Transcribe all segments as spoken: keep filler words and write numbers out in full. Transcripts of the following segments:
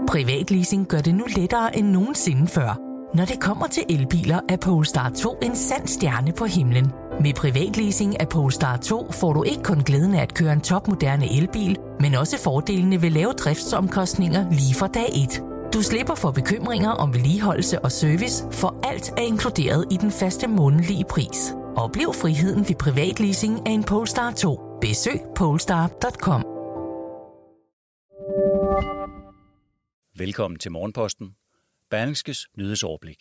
Privatleasing gør det nu lettere end nogensinde før. Når det kommer til elbiler, er Polestar to en sand stjerne på himlen. Med privatleasing af Polestar to får du ikke kun glæden af at køre en topmoderne elbil, men også fordelene ved lave driftsomkostninger lige fra dag et. Du slipper for bekymringer om vedligeholdelse og service, for alt er inkluderet i den faste månedlige pris. Oplev friheden ved privatleasing af en Polestar to. Besøg polestar punktum com. Velkommen til Morgenposten. Berlingskes nyhedsoverblik.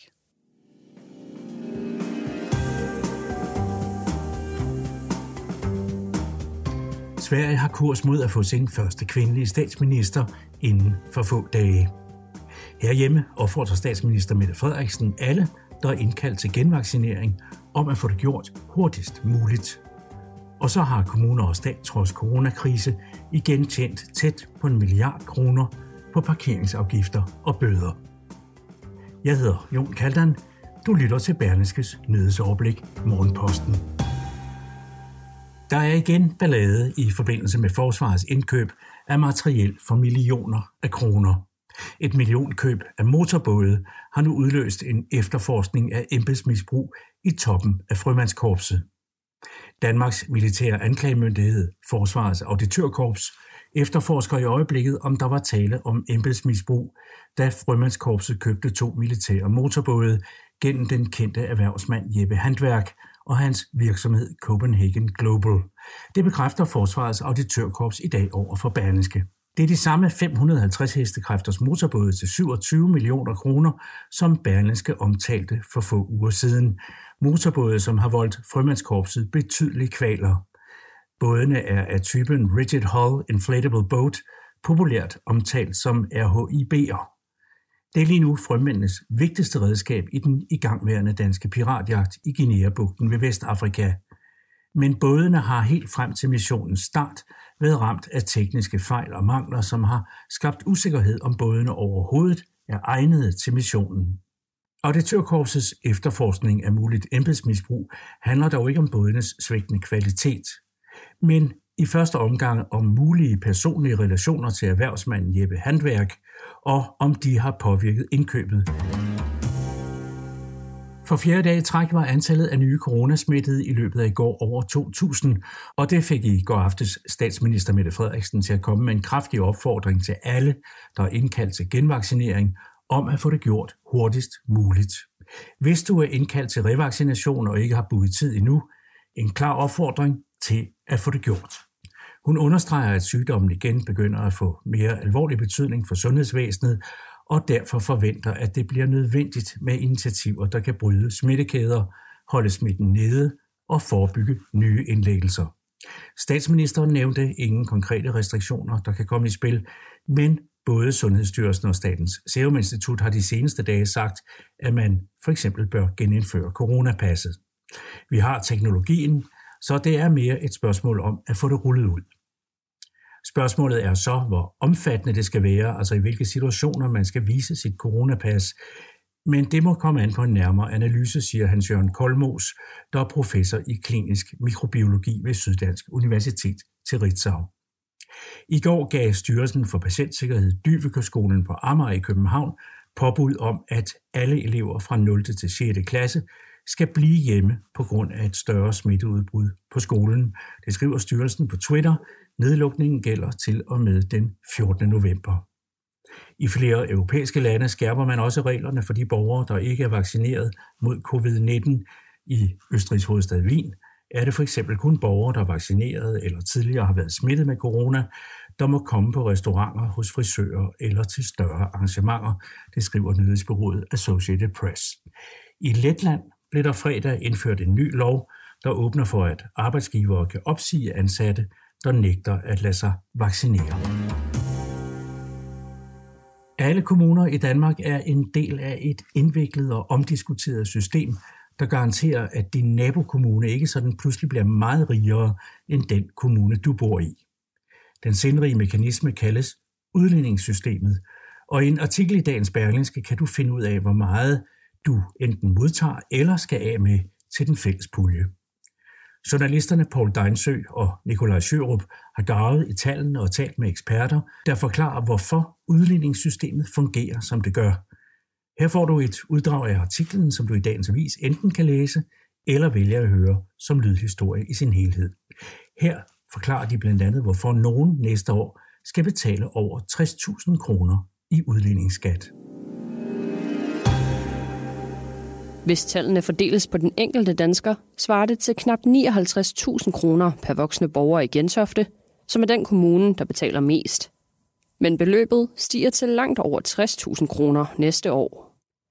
Sverige har kurs mod at få sin første kvindelige statsminister inden for få dage. Herhjemme opfordrer statsminister Mette Frederiksen alle, der er indkaldt til genvaccinering, om at få det gjort hurtigst muligt. Og så har kommuner og stat trods coronakrise igen tjent tæt på en milliard kroner på parkeringsafgifter og bøder. Jeg hedder Jon Kaldan. Du lytter til Berlingskes nyhedsoverblik Morgenposten. Der er igen ballade i forbindelse med forsvarets indkøb af materiel for millioner af kroner. Et millionkøb af motorbåde har nu udløst en efterforskning af embedsmisbrug i toppen af Frømandskorpset. Danmarks militære anklagemyndighed, Forsvarets Auditørkorps, efterforsker i øjeblikket, om der var tale om embedsmisbrug, da Frømandskorpset købte to militære motorbåde gennem den kendte erhvervsmand Jeppe Handværk og hans virksomhed Copenhagen Global. Det bekræfter Forsvarets Auditørkorps i dag over for Berlingske. Det er de samme fem hundrede og halvtreds hestekræfters motorbåde til syvogtyve millioner kroner, som Berlingske omtalte for få uger siden. Motorbåde, som har voldt Frømandskorpset betydelige kvaler. Bådene er af typen Rigid Hull Inflatable Boat, populært omtalt som R H I B'er. Det er lige nu frømændenes vigtigste redskab i den igangværende danske piratjagt i Guinea-bugten ved Vestafrika. Men bådene har helt frem til missionens start været ramt af tekniske fejl og mangler, som har skabt usikkerhed om bådene overhovedet er egnede til missionen. Auditørkorpsets efterforskning af muligt embedsmisbrug handler dog ikke om bådenes svigtende kvalitet, men i første omgang om mulige personlige relationer til erhvervsmanden Jeppe Handværk, og om de har påvirket indkøbet. For fjerde dag i træk var antallet af nye coronasmittede i løbet af i går over to tusind, og det fik i går aftes statsminister Mette Frederiksen til at komme med en kraftig opfordring til alle, der er indkaldt til genvaccinering, om at få det gjort hurtigst muligt. Hvis du er indkaldt til revaccination og ikke har booket tid endnu, en klar opfordring til at få det gjort. Hun understreger, at sygdommen igen begynder at få mere alvorlig betydning for sundhedsvæsenet, og derfor forventer, at det bliver nødvendigt med initiativer, der kan bryde smittekæder, holde smitten nede og forebygge nye indlæggelser. Statsministeren nævnte ingen konkrete restriktioner, der kan komme i spil, men både Sundhedsstyrelsen og Statens Serum Institut har de seneste dage sagt, at man for eksempel bør genindføre coronapasset. Vi har teknologien, så det er mere et spørgsmål om at få det rullet ud. Spørgsmålet er så, hvor omfattende det skal være, altså i hvilke situationer man skal vise sit coronapas. Men det må komme an på en nærmere analyse, siger Hans Jørgen Kolmos, der er professor i klinisk mikrobiologi ved Syddansk Universitet til Ritzau. I går gav Styrelsen for Patientsikkerhed Dyvekerskolen på Amager i København påbud om, at alle elever fra nul til sjette klasse skal blive hjemme på grund af et større smitteudbrud på skolen. Det skriver styrelsen på Twitter. Nedlukningen gælder til og med den fjortende november. I flere europæiske lande skærper man også reglerne for de borgere, der ikke er vaccineret mod covid nitten. I Østrigs hovedstad Wien er det for eksempel kun borgere, der er vaccineret eller tidligere har været smittet med corona, der må komme på restauranter, hos frisører eller til større arrangementer, det skriver nyhedsbureauet Associated Press. I Letland blev der fredag indført en ny lov, der åbner for, at arbejdsgivere kan opsige ansatte, der nægter at lade sig vaccinere. Alle kommuner i Danmark er en del af et indviklet og omdiskuteret system, der garanterer, at din nabokommune ikke sådan pludselig bliver meget rigere end den kommune, du bor i. Den sindrige mekanisme kaldes udligningssystemet, og i en artikel i dagens Berlingske kan du finde ud af, hvor meget du enten modtager eller skal af med til den fælles pulje. Journalisterne Poul Deinsø og Nikolaj Sjørup har gravet i tallene og talt med eksperter, der forklarer, hvorfor udligningssystemet fungerer, som det gør. Her får du et uddrag af artiklen, som du i dagens avis enten kan læse eller vælge at høre som lydhistorie i sin helhed. Her forklarer de blandt andet, hvorfor nogen næste år skal betale over tres tusind kroner i udligningsskat. Hvis tallene fordeles på den enkelte dansker, svarer det til knap nioghalvtreds tusind kroner per voksne borger i Gentofte, som er den kommune, der betaler mest. Men beløbet stiger til langt over tres tusind kroner næste år.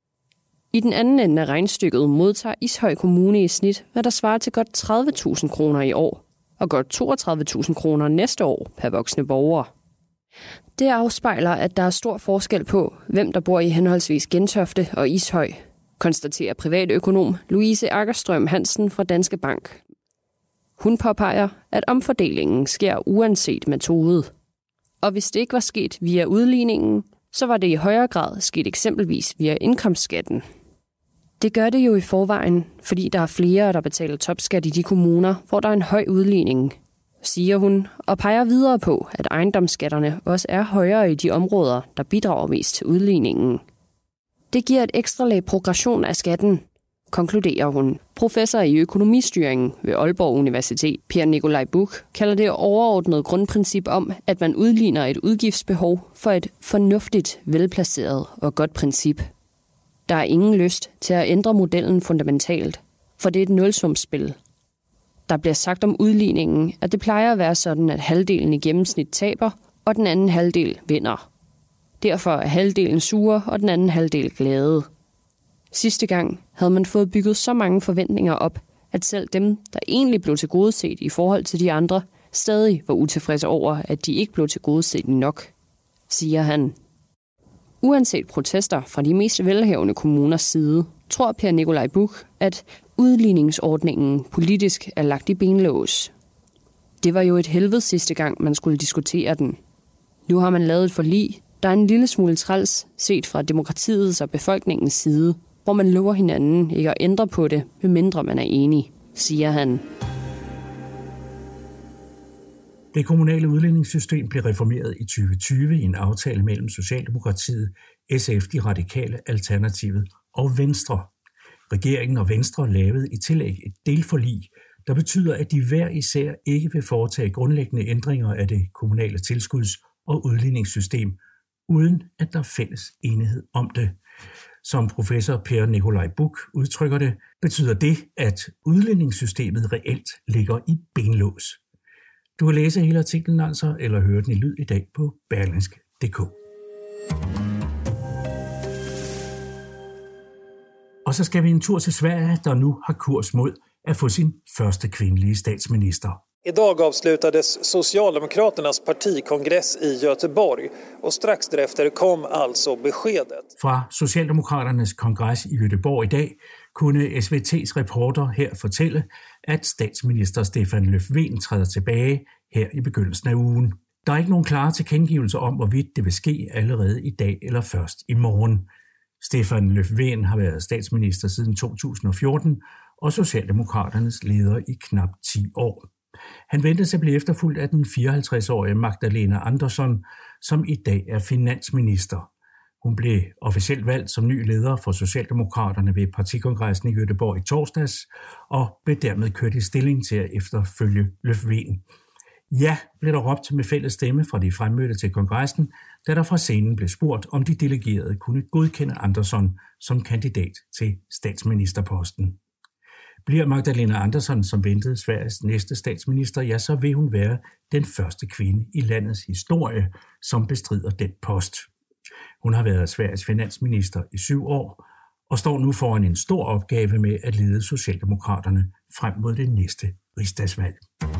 I den anden ende af regnstykket modtager Ishøj Kommune i snit, hvad der svarer til godt tredive tusind kroner i år, og godt toogtredive tusind kroner næste år per voksne borger. Det afspejler, at der er stor forskel på, hvem der bor i henholdsvis Gentofte og Ishøj, konstaterer privatøkonom Louise Aggerstrøm Hansen fra Danske Bank. Hun påpeger, at omfordelingen sker uanset metode. Og hvis det ikke var sket via udligningen, så var det i højere grad sket eksempelvis via indkomstskatten. Det gør det jo i forvejen, fordi der er flere, der betaler topskat i de kommuner, hvor der er en høj udligning, siger hun, og peger videre på, at ejendomsskatterne også er højere i de områder, der bidrager mest til udligningen. Det giver et ekstra lag progression af skatten, konkluderer hun. Professor i økonomistyring ved Aalborg Universitet, Per Nikolaj Buch, kalder det overordnet grundprincip om, at man udligner et udgiftsbehov for et fornuftigt, velplaceret og godt princip. Der er ingen lyst til at ændre modellen fundamentalt, for det er et nulsumsspil. Der bliver sagt om udligningen, at det plejer at være sådan, at halvdelen i gennemsnit taber, og den anden halvdel vinder. Derfor er halvdelen sure, og den anden halvdel glade. Sidste gang havde man fået bygget så mange forventninger op, at selv dem, der egentlig blev tilgodeset i forhold til de andre, stadig var utilfredse over, at de ikke blev tilgodeset nok, siger han. Uanset protester fra de mest velhavende kommuners side, tror Per Nikolaj Buch, at udligningsordningen politisk er lagt i benlås. Det var jo et helvede sidste gang, man skulle diskutere den. Nu har man lavet et forlig, der er en lille smule træls set fra demokratiets og befolkningens side, hvor man lover hinanden ikke at ændre på det, medmindre man er enig, siger han. Det kommunale udligningssystem blev reformeret i tyve tyve i en aftale mellem Socialdemokratiet, S F, De Radikale, Alternativet og Venstre. Regeringen og Venstre lavede i tillæg et delforlig, der betyder, at de hver især ikke vil foretage grundlæggende ændringer af det kommunale tilskuds- og udligningssystem, uden at der er fælles enighed om det. Som professor Per Nikolaj Buch udtrykker det, betyder det, at udligningssystemet reelt ligger i benlås. Du kan læse hele artiklen altså, eller høre den i lyd i dag på berlingske punktum d k. Og så skal vi en tur til Sverige, der nu har kurs mod at få sin første kvindelige statsminister. I dag avslutades Socialdemokraternas partikongress i Göteborg, og strax därefter kom altså beskedet. Fra Socialdemokraternes kongres i Göteborg i dag kunne S V T's reporter her fortælle, at statsminister Stefan Löfven træder tilbage her i begyndelsen af ugen. Der er ikke nogen klare tilkendegivelser om, hvorvidt det vil ske allerede i dag eller først i morgen. Stefan Löfven har været statsminister siden to tusind og fjorten og Socialdemokraternes leder i knap ti år. Han ventes at blive efterfulgt af den fireoghalvtreds-årige Magdalena Andersson, som i dag er finansminister. Hun blev officielt valgt som ny leder for Socialdemokraterne ved partikongressen i Göteborg i torsdags, og blev dermed kørt i stilling til at efterfølge Löfven. Ja, blev der råbt med fælles stemme fra de fremmødte til kongressen, da der fra scenen blev spurgt, om de delegerede kunne godkende Andersson som kandidat til statsministerposten. Bliver Magdalena Andersson, som ventede Sveriges næste statsminister, ja, så vil hun være den første kvinde i landets historie, som bestrider den post. Hun har været Sveriges finansminister i syv år, og står nu foran en stor opgave med at lede Socialdemokraterne frem mod det næste rigsdagsvalg.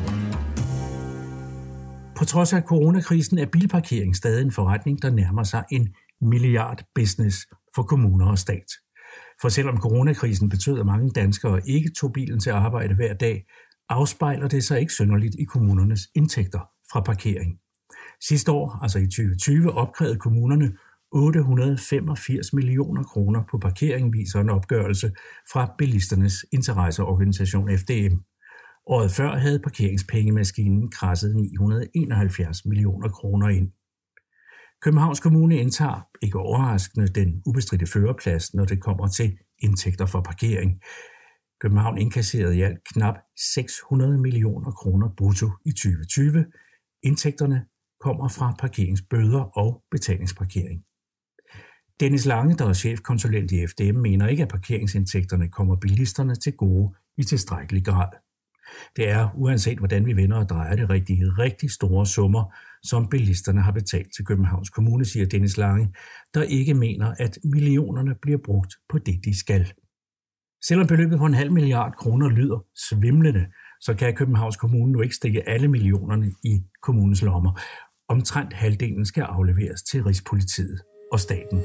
På trods af coronakrisen er bilparkering stadig en forretning, der nærmer sig en milliard business for kommuner og stat. For selvom coronakrisen betød, at mange danskere ikke tog bilen til arbejde hver dag, afspejler det sig ikke synderligt i kommunernes indtægter fra parkering. Sidste år, altså i tyve tyve, opkrævede kommunerne otte hundrede og femogfirs millioner kroner på parkering, viser en opgørelse fra bilisternes interesseorganisation F D M. Året før havde parkeringspengemaskinen kradset ni hundrede og enoghalvfjerds millioner kroner ind. Københavns Kommune indtager, ikke overraskende, den ubestridte førerplads, når det kommer til indtægter for parkering. København indkasserede i alt knap seks hundrede millioner kroner brutto i tyve tyve. Indtægterne kommer fra parkeringsbøder og betalingsparkering. Dennis Lange, der er chefkonsulent i F D M, mener ikke, at parkeringsindtægterne kommer bilisterne til gode i tilstrækkelig grad. Det er, uanset hvordan vi vender og drejer det, rigtig, rigtig store summer, som bilisterne har betalt til Københavns Kommune, siger Dennis Lange, der ikke mener, at millionerne bliver brugt på det, de skal. Selvom beløbet på en halv milliard kroner lyder svimlende, så kan Københavns Kommune nu ikke stikke alle millionerne i kommunens lommer. Omtrent halvdelen skal afleveres til Rigspolitiet og staten.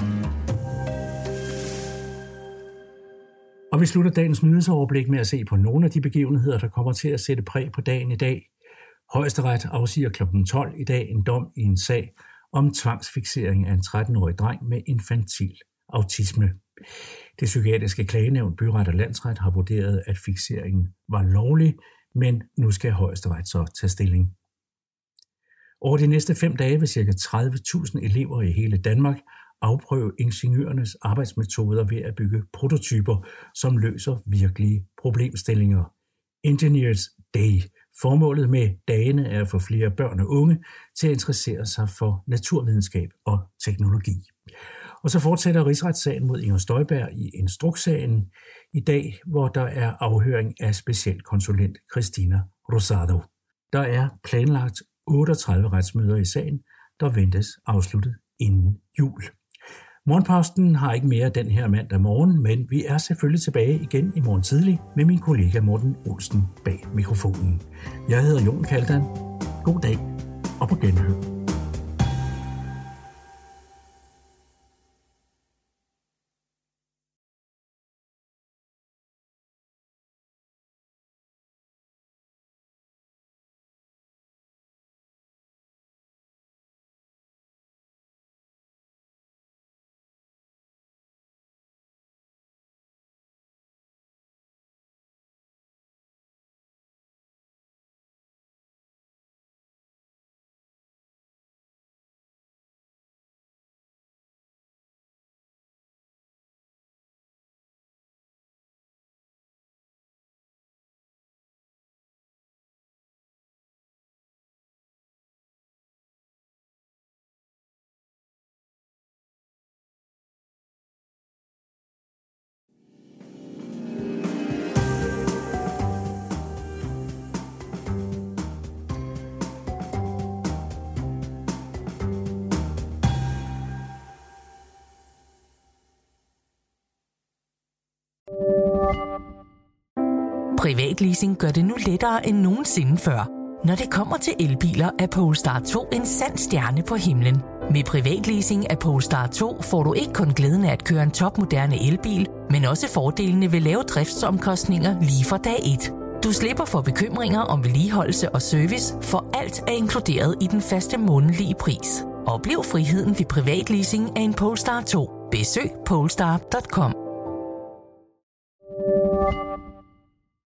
Og vi slutter dagens nyhedsoverblik med at se på nogle af de begivenheder, der kommer til at sætte præg på dagen i dag. Højesteret afsiger klokken tolv i dag en dom i en sag om tvangsfiksering af en tretten-årig dreng med infantil autisme. Det psykiatriske klagenævn, byret og landsret har vurderet, at fikseringen var lovlig, men nu skal Højesteret så tage stilling. Over de næste fem dage vil ca. tredive tusind elever i hele Danmark afprøve ingeniørernes arbejdsmetoder ved at bygge prototyper, som løser virkelige problemstillinger. Engineers Day. Formålet med dagene er at få flere børn og unge til at interessere sig for naturvidenskab og teknologi. Og så fortsætter rigsretssagen mod Inger Støjberg i instrukssagen i dag, hvor der er afhøring af specialkonsulent Christina Rosado. Der er planlagt otteogtredive retsmøder i sagen, der ventes afsluttet inden jul. Morgenposten har ikke mere den her mandag morgen, men vi er selvfølgelig tilbage igen i morgen tidlig med min kollega Morten Olsen bag mikrofonen. Jeg hedder Jon Kaldan. God dag og på genhør. Privatleasing gør det nu lettere end nogensinde før. Når det kommer til elbiler, er Polestar to en sand stjerne på himlen. Med privatleasing af Polestar to får du ikke kun glæden af at køre en topmoderne elbil, men også fordelene ved lave driftsomkostninger lige fra dag et. Du slipper for bekymringer om vedligeholdelse og service, for alt er inkluderet i den faste månedlige pris. Oplev friheden ved privatleasing af en Polestar to. Besøg polestar punktum com.